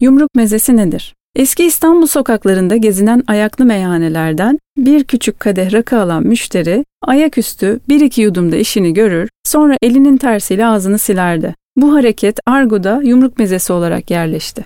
Yumruk mezesi nedir? Eski İstanbul sokaklarında gezinen ayaklı meyhanelerden bir küçük kadeh rakı alan müşteri, ayaküstü 1-2 yudumda işini görür, sonra elinin tersiyle ağzını silerdi. Bu hareket argoda yumruk mezesi olarak yerleşti.